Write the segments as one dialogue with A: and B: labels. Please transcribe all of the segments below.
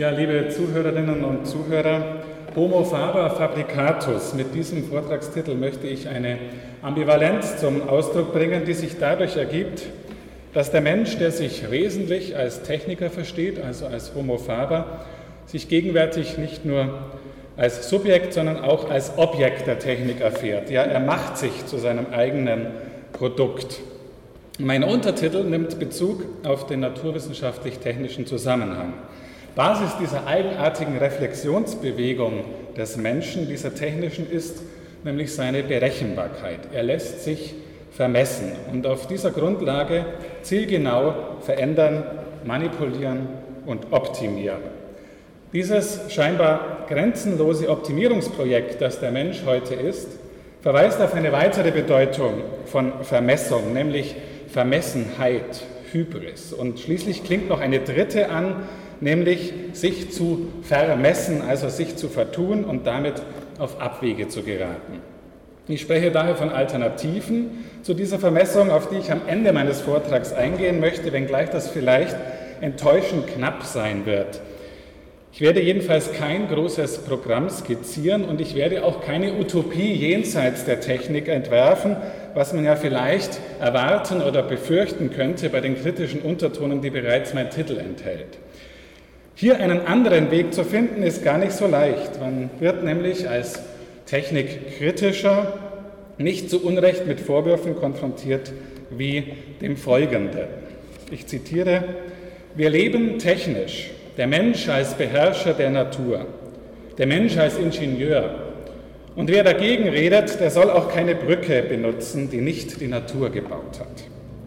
A: Ja, liebe Zuhörerinnen und Zuhörer, Homo faber fabricatus. Mit diesem Vortragstitel möchte ich eine Ambivalenz zum Ausdruck bringen, die sich dadurch ergibt, dass der Mensch, der sich wesentlich als Techniker versteht, also als Homo faber, sich gegenwärtig nicht nur als Subjekt, sondern auch als Objekt der Technik erfährt. Ja, er macht sich zu seinem eigenen Produkt. Mein Untertitel nimmt Bezug auf den naturwissenschaftlich-technischen Zusammenhang. Basis dieser eigenartigen Reflexionsbewegung des Menschen, dieser technischen, ist nämlich seine Berechenbarkeit. Er lässt sich vermessen und auf dieser Grundlage zielgenau verändern, manipulieren und optimieren. Dieses scheinbar grenzenlose Optimierungsprojekt, das der Mensch heute ist, verweist auf eine weitere Bedeutung von Vermessung, nämlich Vermessenheit, Hybris. Und schließlich klingt noch eine dritte an, nämlich sich zu vermessen, also sich zu vertun und damit auf Abwege zu geraten. Ich spreche daher von Alternativen zu dieser Vermessung, auf die ich am Ende meines Vortrags eingehen möchte, wenngleich das vielleicht enttäuschend knapp sein wird. Ich werde jedenfalls kein großes Programm skizzieren und ich werde auch keine Utopie jenseits der Technik entwerfen, was man ja vielleicht erwarten oder befürchten könnte bei den kritischen Untertonen, die bereits mein Titel enthält. Hier einen anderen Weg zu finden, ist gar nicht so leicht. Man wird nämlich als Technikkritischer nicht zu Unrecht mit Vorwürfen konfrontiert wie dem folgenden. Ich zitiere: Wir leben technisch, der Mensch als Beherrscher der Natur, der Mensch als Ingenieur. Und wer dagegen redet, der soll auch keine Brücke benutzen, die nicht die Natur gebaut hat.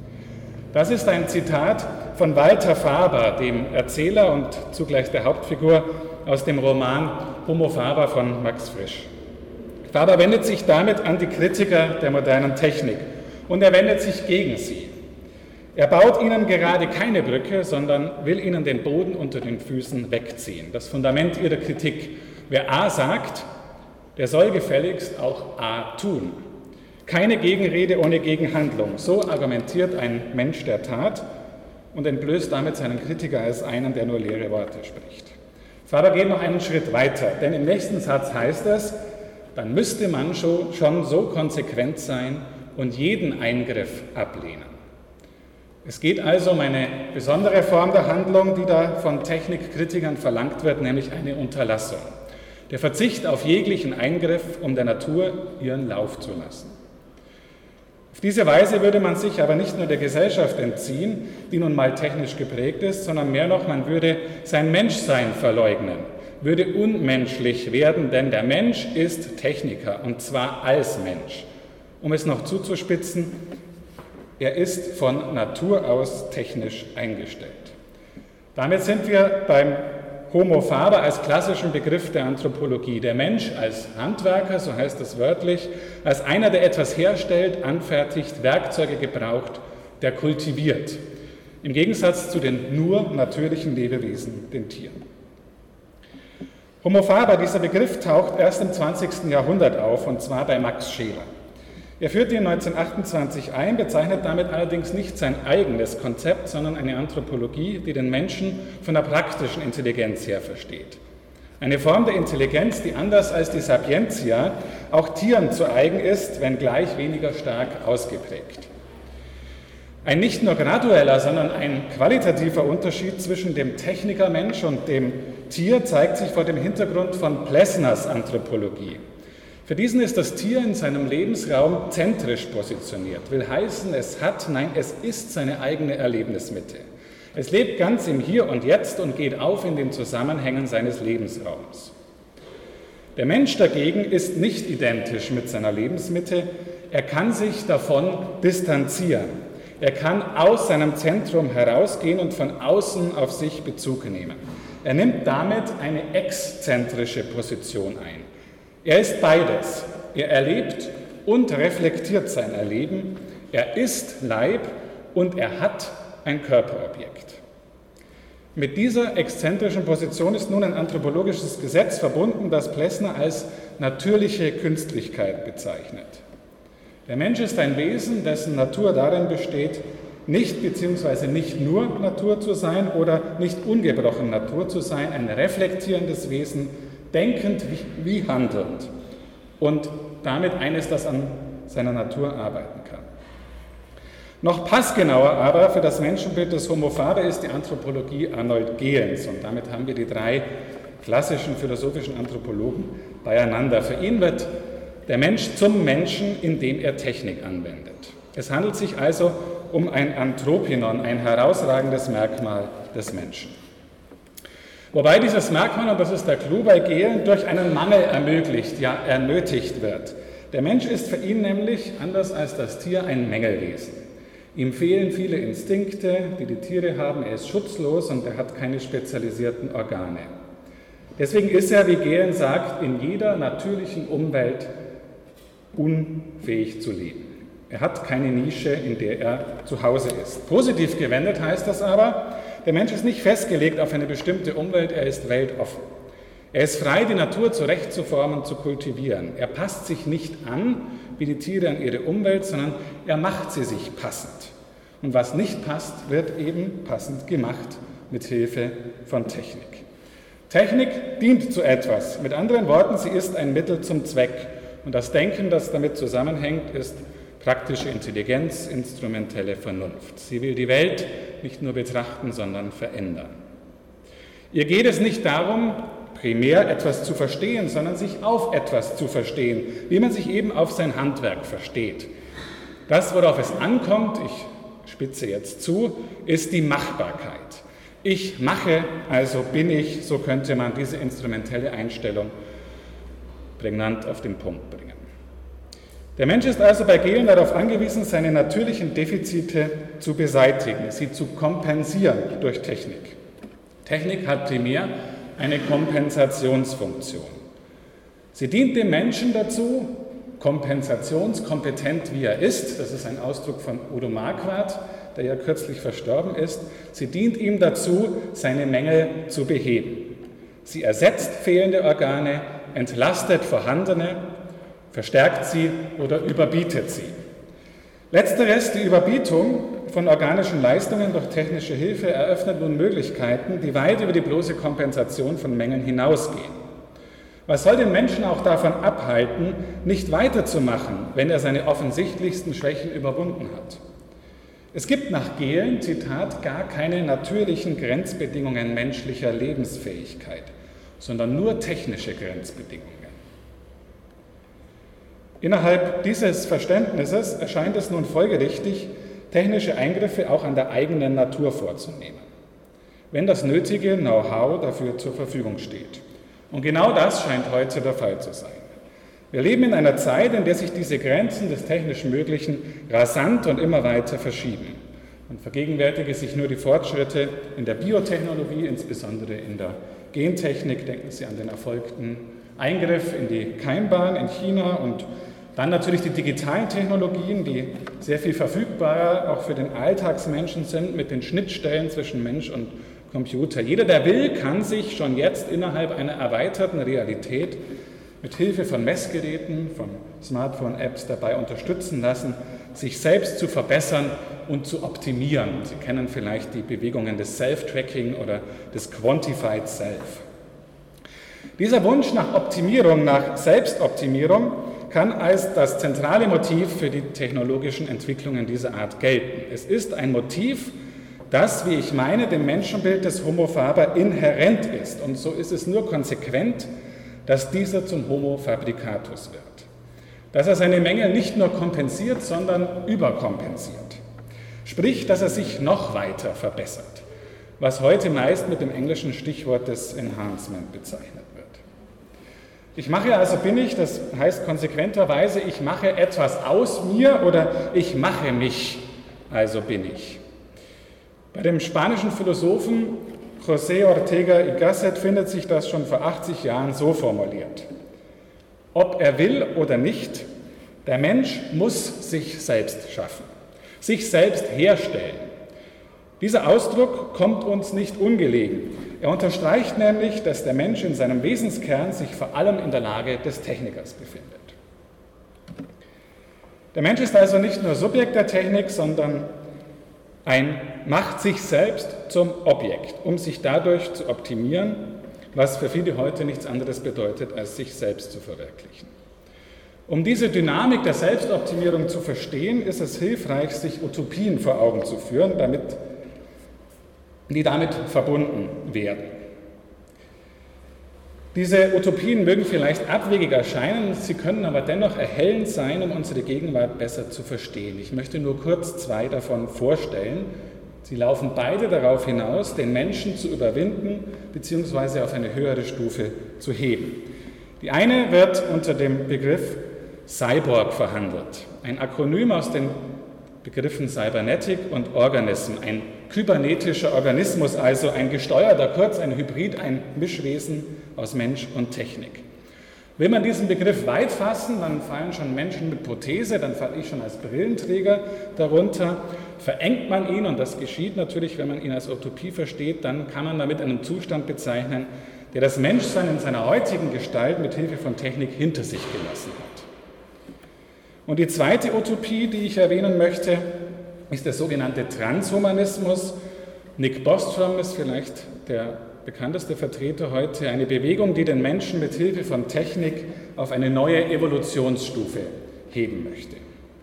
A: Das ist ein Zitat von Walter Faber, dem Erzähler und zugleich der Hauptfigur aus dem Roman Homo faber von Max Frisch. Faber wendet sich damit an die Kritiker der modernen Technik und er wendet sich gegen sie. Er baut ihnen gerade keine Brücke, sondern will ihnen den Boden unter den Füßen wegziehen. Das Fundament ihrer Kritik. Wer A sagt, der soll gefälligst auch A tun. Keine Gegenrede ohne Gegenhandlung. So argumentiert ein Mensch der Tat und entblößt damit seinen Kritiker als einen, der nur leere Worte spricht. Faber geht noch einen Schritt weiter, denn im nächsten Satz heißt es, dann müsste man schon so konsequent sein und jeden Eingriff ablehnen. Es geht also um eine besondere Form der Handlung, die da von Technikkritikern verlangt wird, nämlich eine Unterlassung. Der Verzicht auf jeglichen Eingriff, um der Natur ihren Lauf zu lassen. Auf diese Weise würde man sich aber nicht nur der Gesellschaft entziehen, die nun mal technisch geprägt ist, sondern mehr noch, man würde sein Menschsein verleugnen, würde unmenschlich werden, denn der Mensch ist Techniker und zwar als Mensch. Um es noch zuzuspitzen, er ist von Natur aus technisch eingestellt. Damit sind wir beim Homo faber als klassischen Begriff der Anthropologie. Der Mensch als Handwerker, so heißt es wörtlich, als einer, der etwas herstellt, anfertigt, Werkzeuge gebraucht, der kultiviert. Im Gegensatz zu den nur natürlichen Lebewesen, den Tieren. Homo faber, dieser Begriff taucht erst im 20. Jahrhundert auf, und zwar bei Max Scheler. Er führte ihn 1928 ein, bezeichnet damit allerdings nicht sein eigenes Konzept, sondern eine Anthropologie, die den Menschen von der praktischen Intelligenz her versteht. Eine Form der Intelligenz, die anders als die Sapientia auch Tieren zu eigen ist, wenngleich weniger stark ausgeprägt. Ein nicht nur gradueller, sondern ein qualitativer Unterschied zwischen dem Technikermensch und dem Tier zeigt sich vor dem Hintergrund von Plessners Anthropologie. Für diesen ist das Tier in seinem Lebensraum zentrisch positioniert, will heißen, es ist seine eigene Erlebnismitte. Es lebt ganz im Hier und Jetzt und geht auf in den Zusammenhängen seines Lebensraums. Der Mensch dagegen ist nicht identisch mit seiner Lebensmitte, er kann sich davon distanzieren. Er kann aus seinem Zentrum herausgehen und von außen auf sich Bezug nehmen. Er nimmt damit eine exzentrische Position ein. Er ist beides. Er erlebt und reflektiert sein Erleben. Er ist Leib und er hat ein Körperobjekt. Mit dieser exzentrischen Position ist nun ein anthropologisches Gesetz verbunden, das Plessner als natürliche Künstlichkeit bezeichnet. Der Mensch ist ein Wesen, dessen Natur darin besteht, nicht bzw. nicht nur Natur zu sein oder nicht ungebrochen Natur zu sein, ein reflektierendes Wesen, denkend wie handelnd und damit eines, das an seiner Natur arbeiten kann. Noch passgenauer aber für das Menschenbild des Homo faber ist die Anthropologie Arnold Gehlens und damit haben wir die drei klassischen philosophischen Anthropologen beieinander. Für ihn wird der Mensch zum Menschen, indem er Technik anwendet. Es handelt sich also um ein Anthropinon, ein herausragendes Merkmal des Menschen. Wobei dieses Merkmal, und das ist der Clou bei Gehlen, durch einen Mangel ermöglicht, ja ernötigt wird. Der Mensch ist für ihn nämlich, anders als das Tier, ein Mängelwesen. Ihm fehlen viele Instinkte, die die Tiere haben, er ist schutzlos und er hat keine spezialisierten Organe. Deswegen ist er, wie Gehlen sagt, in jeder natürlichen Umwelt unfähig zu leben. Er hat keine Nische, in der er zu Hause ist. Positiv gewendet heißt das aber, der Mensch ist nicht festgelegt auf eine bestimmte Umwelt, er ist weltoffen. Er ist frei, die Natur zurechtzuformen, zu kultivieren. Er passt sich nicht an, wie die Tiere an ihre Umwelt, sondern er macht sie sich passend. Und was nicht passt, wird eben passend gemacht mit Hilfe von Technik. Technik dient zu etwas. Mit anderen Worten, sie ist ein Mittel zum Zweck. Und das Denken, das damit zusammenhängt, ist praktische Intelligenz, instrumentelle Vernunft. Sie will die Welt nicht nur betrachten, sondern verändern. Ihr geht es nicht darum, primär etwas zu verstehen, sondern sich auf etwas zu verstehen, wie man sich eben auf sein Handwerk versteht. Das, worauf es ankommt, ich spitze jetzt zu, ist die Machbarkeit. Ich mache, also bin ich, so könnte man diese instrumentelle Einstellung prägnant auf den Punkt bringen. Der Mensch ist also bei Gehlen darauf angewiesen, seine natürlichen Defizite zu beseitigen, sie zu kompensieren durch Technik. Technik hat primär eine Kompensationsfunktion. Sie dient dem Menschen dazu, kompensationskompetent wie er ist, das ist ein Ausdruck von Udo Marquardt, der ja kürzlich verstorben ist, sie dient ihm dazu, seine Mängel zu beheben. Sie ersetzt fehlende Organe, entlastet vorhandene, verstärkt sie oder überbietet sie. Letzteres, die Überbietung von organischen Leistungen durch technische Hilfe, eröffnet nun Möglichkeiten, die weit über die bloße Kompensation von Mängeln hinausgehen. Was soll den Menschen auch davon abhalten, nicht weiterzumachen, wenn er seine offensichtlichsten Schwächen überwunden hat? Es gibt nach Gehlen, Zitat, gar keine natürlichen Grenzbedingungen menschlicher Lebensfähigkeit, sondern nur technische Grenzbedingungen. Innerhalb dieses Verständnisses erscheint es nun folgerichtig, technische Eingriffe auch an der eigenen Natur vorzunehmen, wenn das nötige Know-how dafür zur Verfügung steht. Und genau das scheint heute der Fall zu sein. Wir leben in einer Zeit, in der sich diese Grenzen des technisch Möglichen rasant und immer weiter verschieben. Man vergegenwärtige sich nur die Fortschritte in der Biotechnologie, insbesondere in der Gentechnik. Denken Sie an den erfolgten Eingriff in die Keimbahn in China und dann natürlich die digitalen Technologien, die sehr viel verfügbarer auch für den Alltagsmenschen sind, mit den Schnittstellen zwischen Mensch und Computer. Jeder, der will, kann sich schon jetzt innerhalb einer erweiterten Realität mit Hilfe von Messgeräten, von Smartphone-Apps dabei unterstützen lassen, sich selbst zu verbessern und zu optimieren. Sie kennen vielleicht die Bewegungen des Self-Tracking oder des Quantified Self. Dieser Wunsch nach Optimierung, nach Selbstoptimierung kann als das zentrale Motiv für die technologischen Entwicklungen dieser Art gelten. Es ist ein Motiv, das, wie ich meine, dem Menschenbild des Homo faber inhärent ist. Und so ist es nur konsequent, dass dieser zum Homo fabricatus wird. Dass er seine Mängel nicht nur kompensiert, sondern überkompensiert. Sprich, dass er sich noch weiter verbessert, was heute meist mit dem englischen Stichwort des Enhancement bezeichnet wird. Ich mache, also bin ich, das heißt konsequenterweise, ich mache etwas aus mir oder ich mache mich, also bin ich. Bei dem spanischen Philosophen José Ortega y Gasset findet sich das schon vor 80 Jahren so formuliert. Ob er will oder nicht, der Mensch muss sich selbst schaffen, sich selbst herstellen. Dieser Ausdruck kommt uns nicht ungelegen. Er unterstreicht nämlich, dass der Mensch in seinem Wesenskern sich vor allem in der Lage des Technikers befindet. Der Mensch ist also nicht nur Subjekt der Technik, sondern macht sich selbst zum Objekt, um sich dadurch zu optimieren, was für viele heute nichts anderes bedeutet, als sich selbst zu verwirklichen. Um diese Dynamik der Selbstoptimierung zu verstehen, ist es hilfreich, sich Utopien vor Augen zu führen, die damit verbunden werden. Diese Utopien mögen vielleicht abwegig erscheinen, sie können aber dennoch erhellend sein, um unsere Gegenwart besser zu verstehen. Ich möchte nur kurz 2 davon vorstellen. Sie laufen beide darauf hinaus, den Menschen zu überwinden bzw. auf eine höhere Stufe zu heben. Die eine wird unter dem Begriff Cyborg verhandelt, ein Akronym aus den Begriffen Cybernetic und Organism, ein kybernetischer Organismus, also ein gesteuerter, kurz ein Hybrid, ein Mischwesen aus Mensch und Technik. Will man diesen Begriff weit fassen, dann fallen schon Menschen mit Prothese, dann falle ich schon als Brillenträger darunter. Verengt man ihn, und das geschieht natürlich, wenn man ihn als Utopie versteht, dann kann man damit einen Zustand bezeichnen, der das Menschsein in seiner heutigen Gestalt mit Hilfe von Technik hinter sich gelassen hat. Und die zweite Utopie, die ich erwähnen möchte, ist der sogenannte Transhumanismus. Nick Bostrom ist vielleicht der bekannteste Vertreter heute, eine Bewegung, die den Menschen mit Hilfe von Technik auf eine neue Evolutionsstufe heben möchte.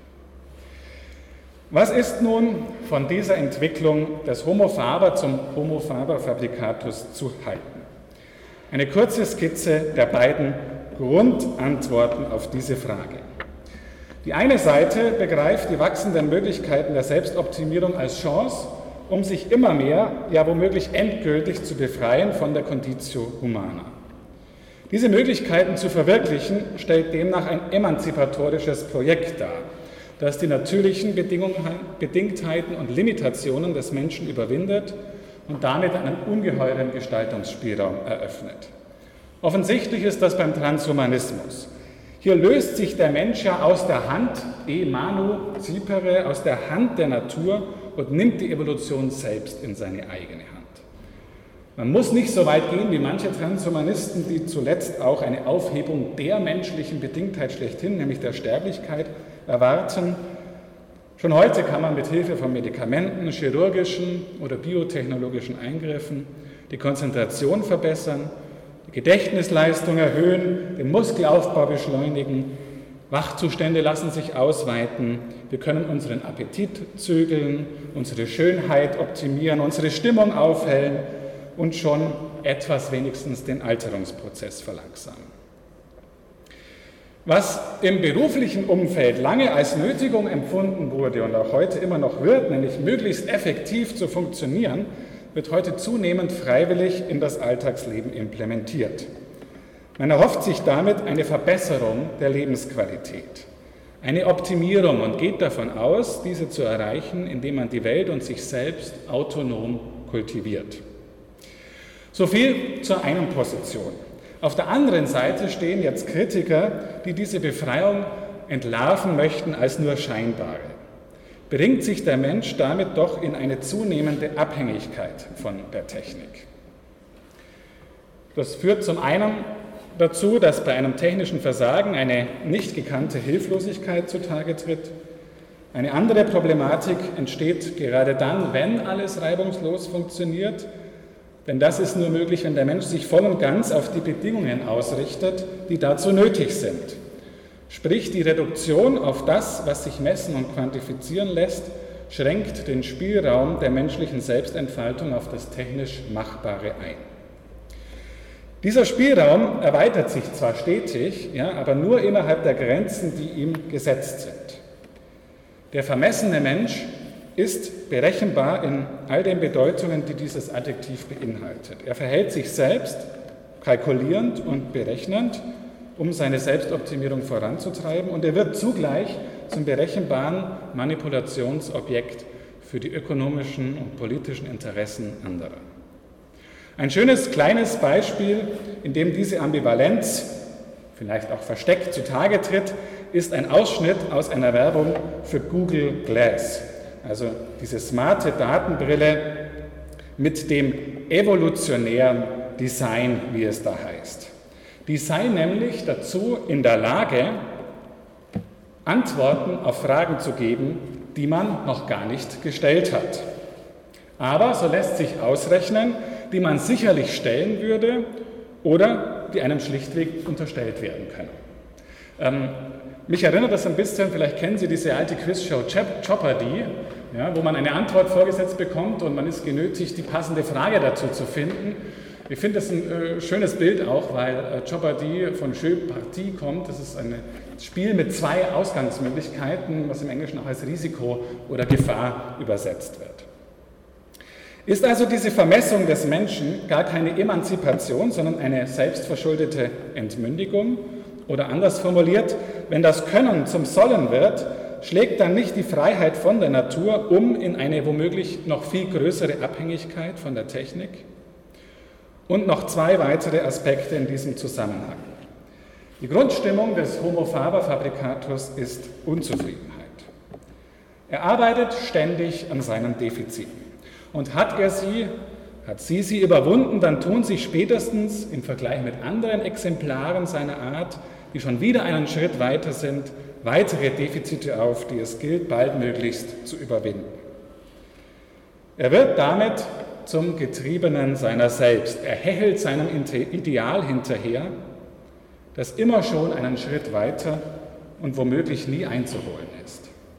A: Was ist nun von dieser Entwicklung des Homo faber zum Homo faber fabricatus zu halten? Eine kurze Skizze der beiden Grundantworten auf diese Frage. Die eine Seite begreift die wachsenden Möglichkeiten der Selbstoptimierung als Chance, um sich immer mehr, ja womöglich endgültig zu befreien von der Conditio Humana. Diese Möglichkeiten zu verwirklichen, stellt demnach ein emanzipatorisches Projekt dar, das die natürlichen Bedingtheiten und Limitationen des Menschen überwindet und damit einen ungeheuren Gestaltungsspielraum eröffnet. Offensichtlich ist das beim Transhumanismus. Hier löst sich der Mensch ja aus der Hand, manu cipere, aus der Hand der Natur und nimmt die Evolution selbst in seine eigene Hand. Man muss nicht so weit gehen wie manche Transhumanisten, die zuletzt auch eine Aufhebung der menschlichen Bedingtheit schlechthin, nämlich der Sterblichkeit, erwarten. Schon heute kann man mit Hilfe von Medikamenten, chirurgischen oder biotechnologischen Eingriffen die Konzentration verbessern, die Gedächtnisleistung erhöhen, den Muskelaufbau beschleunigen, Wachzustände lassen sich ausweiten, wir können unseren Appetit zügeln, unsere Schönheit optimieren, unsere Stimmung aufhellen und schon etwas wenigstens den Alterungsprozess verlangsamen. Was im beruflichen Umfeld lange als Nötigung empfunden wurde und auch heute immer noch wird, nämlich möglichst effektiv zu funktionieren, wird heute zunehmend freiwillig in das Alltagsleben implementiert. Man erhofft sich damit eine Verbesserung der Lebensqualität, eine Optimierung und geht davon aus, diese zu erreichen, indem man die Welt und sich selbst autonom kultiviert. So viel zur einen Position. Auf der anderen Seite stehen jetzt Kritiker, die diese Befreiung entlarven möchten als nur scheinbare. Bringt sich der Mensch damit doch in eine zunehmende Abhängigkeit von der Technik. Das führt zum einen dazu, dass bei einem technischen Versagen eine nicht gekannte Hilflosigkeit zutage tritt. Eine andere Problematik entsteht gerade dann, wenn alles reibungslos funktioniert, denn das ist nur möglich, wenn der Mensch sich voll und ganz auf die Bedingungen ausrichtet, die dazu nötig sind. Sprich, die Reduktion auf das, was sich messen und quantifizieren lässt, schränkt den Spielraum der menschlichen Selbstentfaltung auf das technisch Machbare ein. Dieser Spielraum erweitert sich zwar stetig, aber nur innerhalb der Grenzen, die ihm gesetzt sind. Der vermessene Mensch ist berechenbar in all den Bedeutungen, die dieses Adjektiv beinhaltet. Er verhält sich selbst kalkulierend und berechnend, um seine Selbstoptimierung voranzutreiben, und er wird zugleich zum berechenbaren Manipulationsobjekt für die ökonomischen und politischen Interessen anderer. Ein schönes kleines Beispiel, in dem diese Ambivalenz, vielleicht auch versteckt, zutage tritt, ist ein Ausschnitt aus einer Werbung für Google Glass, also diese smarte Datenbrille mit dem evolutionären Design, wie es da heißt. Die sei nämlich dazu in der Lage, Antworten auf Fragen zu geben, die man noch gar nicht gestellt hat. Aber so lässt sich ausrechnen, die man sicherlich stellen würde oder die einem schlichtweg unterstellt werden können. Mich erinnert das ein bisschen, vielleicht kennen Sie diese alte Quizshow Jeopardy, ja, wo man eine Antwort vorgesetzt bekommt und man ist genötigt, die passende Frage dazu zu finden. Ich finde das ein schönes Bild auch, weil Jeopardy von Jeu Partie kommt. Das ist ein Spiel mit 2 Ausgangsmöglichkeiten, was im Englischen auch als Risiko oder Gefahr übersetzt wird. Ist also diese Vermessung des Menschen gar keine Emanzipation, sondern eine selbstverschuldete Entmündigung? Oder anders formuliert, wenn das Können zum Sollen wird, schlägt dann nicht die Freiheit von der Natur um in eine womöglich noch viel größere Abhängigkeit von der Technik? Und noch 2 weitere Aspekte in diesem Zusammenhang. Die Grundstimmung des Homo faber fabricators ist Unzufriedenheit. Er arbeitet ständig an seinen Defiziten. Und hat sie überwunden, dann tun sich spätestens im Vergleich mit anderen Exemplaren seiner Art, die schon wieder einen Schritt weiter sind, weitere Defizite auf, die es gilt, baldmöglichst zu überwinden. Er wird damit zum Getriebenen seiner selbst. Er hechelt seinem Ideal hinterher, das immer schon einen Schritt weiter und womöglich nie einzuholen ist.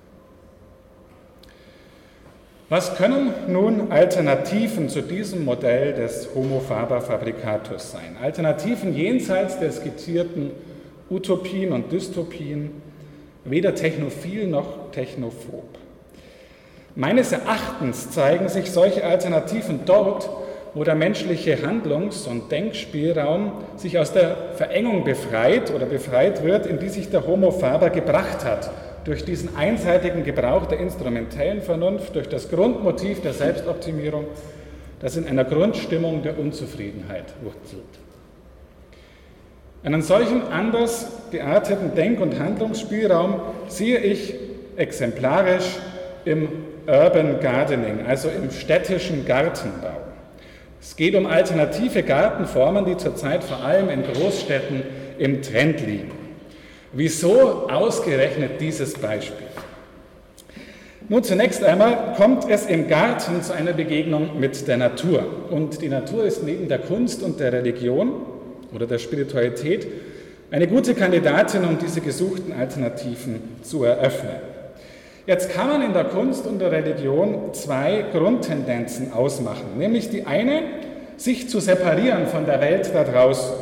A: Was können nun Alternativen zu diesem Modell des Homo faber fabricators sein? Alternativen jenseits der skizzierten Utopien und Dystopien, weder technophil noch technophob. Meines Erachtens zeigen sich solche Alternativen dort, wo der menschliche Handlungs- und Denkspielraum sich aus der Verengung befreit wird, in die sich der Homo faber gebracht hat, durch diesen einseitigen Gebrauch der instrumentellen Vernunft, durch das Grundmotiv der Selbstoptimierung, das in einer Grundstimmung der Unzufriedenheit wurzelt. Einen solchen anders gearteten Denk- und Handlungsspielraum sehe ich exemplarisch im Urban Gardening, also im städtischen Gartenbau. Es geht um alternative Gartenformen, die zurzeit vor allem in Großstädten im Trend liegen. Wieso ausgerechnet dieses Beispiel? Nun, zunächst einmal kommt es im Garten zu einer Begegnung mit der Natur. Und die Natur ist neben der Kunst und der Religion oder der Spiritualität eine gute Kandidatin, um diese gesuchten Alternativen zu eröffnen. Jetzt kann man in der Kunst und der Religion 2 Grundtendenzen ausmachen, nämlich die eine, sich zu separieren von der Welt da draußen,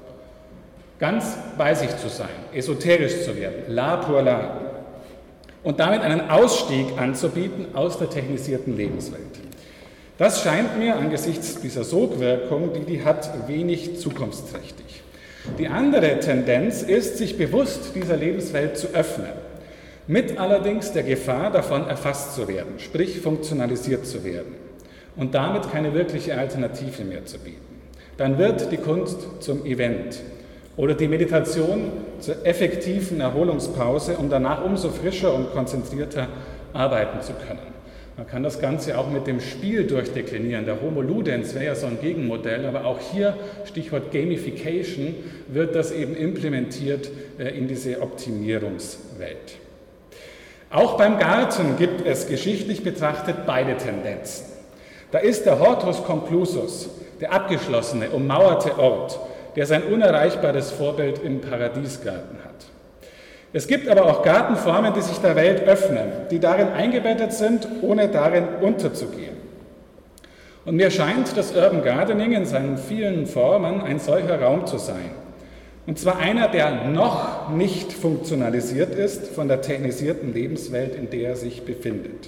A: ganz bei sich zu sein, esoterisch zu werden, la pour la, und damit einen Ausstieg anzubieten aus der technisierten Lebenswelt. Das scheint mir angesichts dieser Sogwirkung, die hat, wenig zukunftsträchtig. Die andere Tendenz ist, sich bewusst dieser Lebenswelt zu öffnen, mit allerdings der Gefahr, davon erfasst zu werden, sprich funktionalisiert zu werden und damit keine wirkliche Alternative mehr zu bieten. Dann wird die Kunst zum Event oder die Meditation zur effektiven Erholungspause, um danach umso frischer und konzentrierter arbeiten zu können. Man kann das Ganze auch mit dem Spiel durchdeklinieren. Der Homo Ludens wäre ja so ein Gegenmodell, aber auch hier, Stichwort Gamification, wird das eben implementiert in diese Optimierungswelt. Auch beim Garten gibt es geschichtlich betrachtet beide Tendenzen. Da ist der Hortus conclusus, der abgeschlossene, ummauerte Ort, der sein unerreichbares Vorbild im Paradiesgarten hat. Es gibt aber auch Gartenformen, die sich der Welt öffnen, die darin eingebettet sind, ohne darin unterzugehen. Und mir scheint das Urban Gardening in seinen vielen Formen ein solcher Raum zu sein. Und zwar einer, der noch nicht funktionalisiert ist von der technisierten Lebenswelt, in der er sich befindet.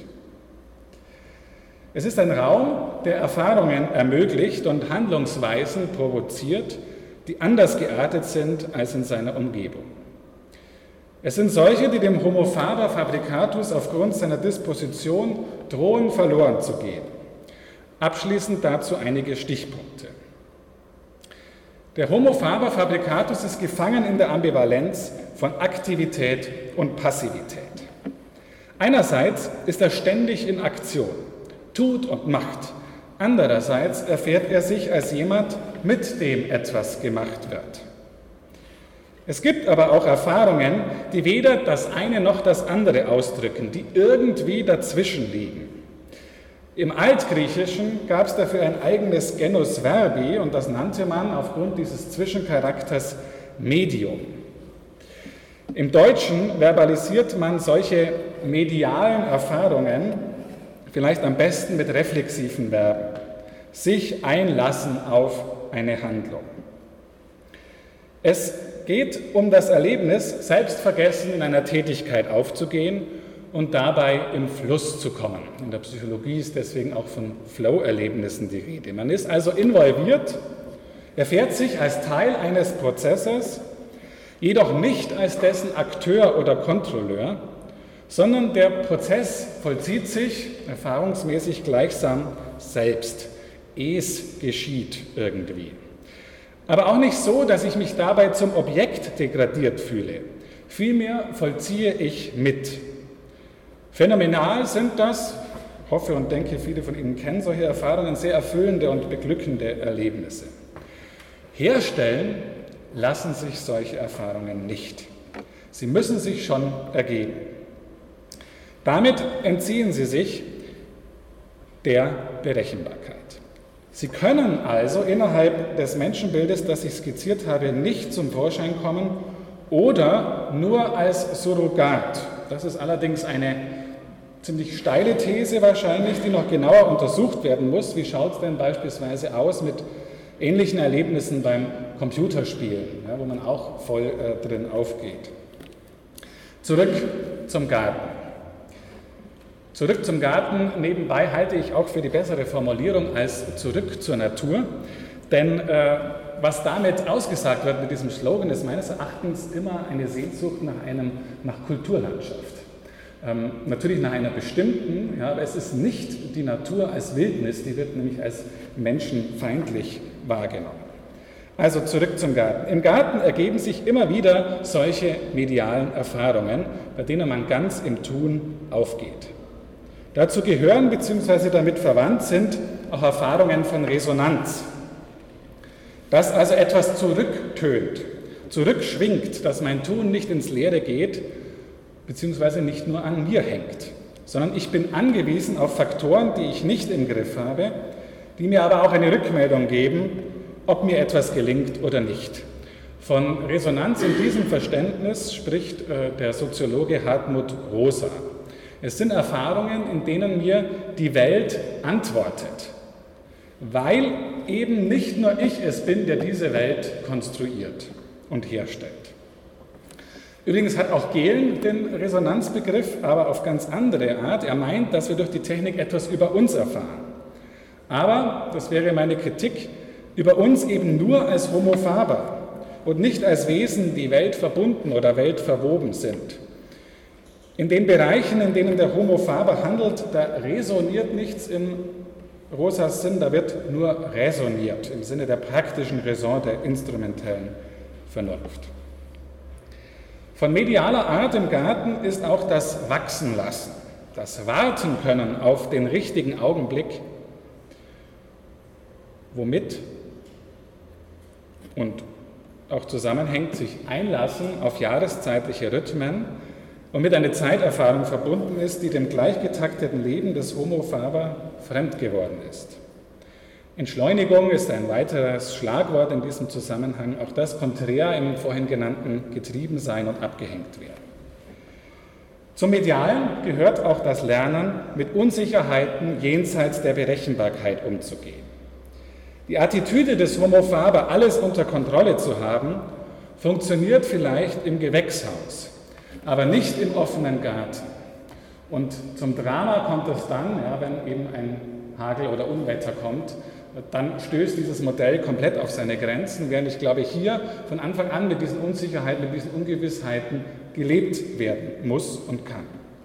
A: Es ist ein Raum, der Erfahrungen ermöglicht und Handlungsweisen provoziert, die anders geartet sind als in seiner Umgebung. Es sind solche, die dem Homo faber fabricatus aufgrund seiner Disposition drohen, verloren zu gehen. Abschließend dazu einige Stichpunkte. Der Homo faber fabricatus ist gefangen in der Ambivalenz von Aktivität und Passivität. Einerseits ist er ständig in Aktion, tut und macht. Andererseits erfährt er sich als jemand, mit dem etwas gemacht wird. Es gibt aber auch Erfahrungen, die weder das eine noch das andere ausdrücken, die irgendwie dazwischen liegen. Im Altgriechischen gab es dafür ein eigenes Genus Verbi und das nannte man aufgrund dieses Zwischencharakters Medium. Im Deutschen verbalisiert man solche medialen Erfahrungen vielleicht am besten mit reflexiven Verben. Sich einlassen auf eine Handlung. Es geht um das Erlebnis, selbstvergessen in einer Tätigkeit aufzugehen und dabei im Fluss zu kommen. In der Psychologie ist deswegen auch von Flow-Erlebnissen die Rede. Man ist also involviert, erfährt sich als Teil eines Prozesses, jedoch nicht als dessen Akteur oder Kontrolleur, sondern der Prozess vollzieht sich erfahrungsmäßig gleichsam selbst. Es geschieht irgendwie. Aber auch nicht so, dass ich mich dabei zum Objekt degradiert fühle. Vielmehr vollziehe ich mit. Phänomenal sind das, hoffe und denke, viele von Ihnen kennen solche Erfahrungen, sehr erfüllende und beglückende Erlebnisse. Herstellen lassen sich solche Erfahrungen nicht. Sie müssen sich schon ergeben. Damit entziehen sie sich der Berechenbarkeit. Sie können also innerhalb des Menschenbildes, das ich skizziert habe, nicht zum Vorschein kommen oder nur als Surrogat. Das ist allerdings eine ziemlich steile These wahrscheinlich, die noch genauer untersucht werden muss. Wie schaut es denn beispielsweise aus mit ähnlichen Erlebnissen beim Computerspielen, ja, wo man auch voll drin aufgeht. Zurück zum Garten. Zurück zum Garten nebenbei halte ich auch für die bessere Formulierung als zurück zur Natur, denn was damit ausgesagt wird mit diesem Slogan, ist meines Erachtens immer eine Sehnsucht nach Kulturlandschaft. Natürlich nach einer bestimmten, ja, aber es ist nicht die Natur als Wildnis, die wird nämlich als menschenfeindlich wahrgenommen. Also zurück zum Garten. Im Garten ergeben sich immer wieder solche medialen Erfahrungen, bei denen man ganz im Tun aufgeht. Dazu gehören bzw. damit verwandt sind auch Erfahrungen von Resonanz. Dass also etwas zurücktönt, zurückschwingt, dass mein Tun nicht ins Leere geht, beziehungsweise nicht nur an mir hängt, sondern ich bin angewiesen auf Faktoren, die ich nicht im Griff habe, die mir aber auch eine Rückmeldung geben, ob mir etwas gelingt oder nicht. Von Resonanz in diesem Verständnis spricht der Soziologe Hartmut Rosa. Es sind Erfahrungen, in denen mir die Welt antwortet, weil eben nicht nur ich es bin, der diese Welt konstruiert und herstellt. Übrigens hat auch Gehlen den Resonanzbegriff, aber auf ganz andere Art. Er meint, dass wir durch die Technik etwas über uns erfahren. Aber, das wäre meine Kritik, über uns eben nur als Homo faber und nicht als Wesen, die weltverbunden oder weltverwoben sind. In den Bereichen, in denen der Homo faber handelt, da resoniert nichts im Rosas Sinn, da wird nur resoniert, im Sinne der praktischen Raison, der instrumentellen Vernunft. Von medialer Art im Garten ist auch das Wachsenlassen, das Warten können auf den richtigen Augenblick, womit und auch zusammenhängt sich Einlassen auf jahreszeitliche Rhythmen, womit eine Zeiterfahrung verbunden ist, die dem gleichgetakteten Leben des Homo faber fremd geworden ist. Entschleunigung ist ein weiteres Schlagwort in diesem Zusammenhang, auch das konträr im vorhin genannten Getriebensein und Abgehängtwerden. Zum Medialen gehört auch das Lernen, mit Unsicherheiten jenseits der Berechenbarkeit umzugehen. Die Attitüde des Homo faber, alles unter Kontrolle zu haben, funktioniert vielleicht im Gewächshaus, aber nicht im offenen Garten. Und zum Drama kommt es dann, ja, wenn eben ein Hagel oder Unwetter kommt, dann stößt dieses Modell komplett auf seine Grenzen, während ich glaube, hier von Anfang an mit diesen Unsicherheiten, mit diesen Ungewissheiten gelebt werden muss und kann.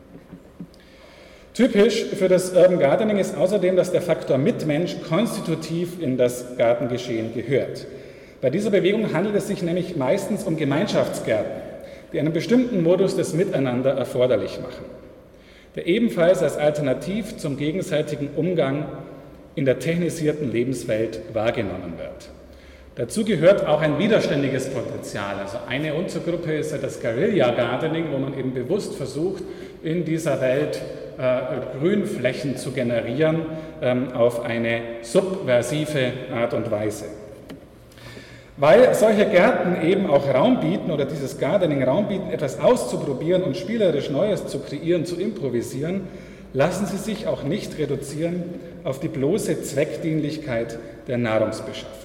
A: Typisch für das Urban Gardening ist außerdem, dass der Faktor Mitmensch konstitutiv in das Gartengeschehen gehört. Bei dieser Bewegung handelt es sich nämlich meistens um Gemeinschaftsgärten, die einen bestimmten Modus des Miteinander erforderlich machen, der ebenfalls als Alternativ zum gegenseitigen Umgang in der technisierten Lebenswelt wahrgenommen wird. Dazu gehört auch ein widerständiges Potenzial. Also eine Untergruppe ist ja das Guerilla Gardening, wo man eben bewusst versucht, in dieser Welt Grünflächen zu generieren auf eine subversive Art und Weise. Weil solche Gärten eben auch Raum bieten oder dieses Gardening Raum bieten, etwas auszuprobieren und spielerisch Neues zu kreieren, zu improvisieren, lassen sie sich auch nicht reduzieren auf die bloße Zweckdienlichkeit der Nahrungsbeschaffung.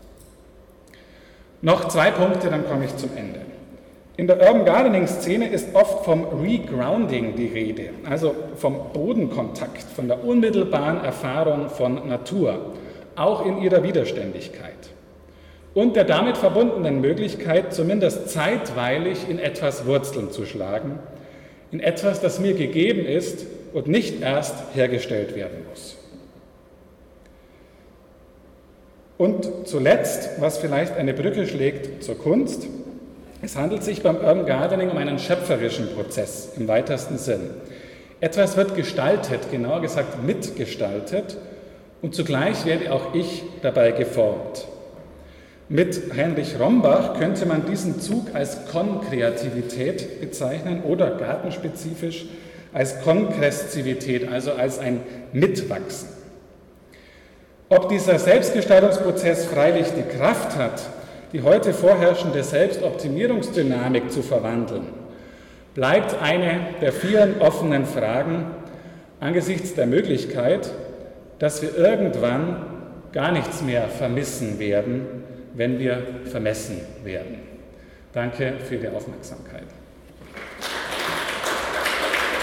A: Noch 2 Punkte, dann komme ich zum Ende. In der Urban Gardening Szene ist oft vom Regrounding die Rede, also vom Bodenkontakt, von der unmittelbaren Erfahrung von Natur, auch in ihrer Widerständigkeit. Und der damit verbundenen Möglichkeit, zumindest zeitweilig in etwas Wurzeln zu schlagen, in etwas, das mir gegeben ist und nicht erst hergestellt werden muss. Und zuletzt, was vielleicht eine Brücke schlägt zur Kunst, es handelt sich beim Urban Gardening um einen schöpferischen Prozess im weitesten Sinn. Etwas wird gestaltet, genauer gesagt mitgestaltet, und zugleich werde auch ich dabei geformt. Mit Heinrich Rombach könnte man diesen Zug als Konkreativität bezeichnen oder gartenspezifisch als Kongressivität, also als ein Mitwachsen. Ob dieser Selbstgestaltungsprozess freilich die Kraft hat, die heute vorherrschende Selbstoptimierungsdynamik zu verwandeln, bleibt eine der vielen offenen Fragen angesichts der Möglichkeit, dass wir irgendwann gar nichts mehr vermissen werden, wenn wir vermessen werden. Danke für die Aufmerksamkeit.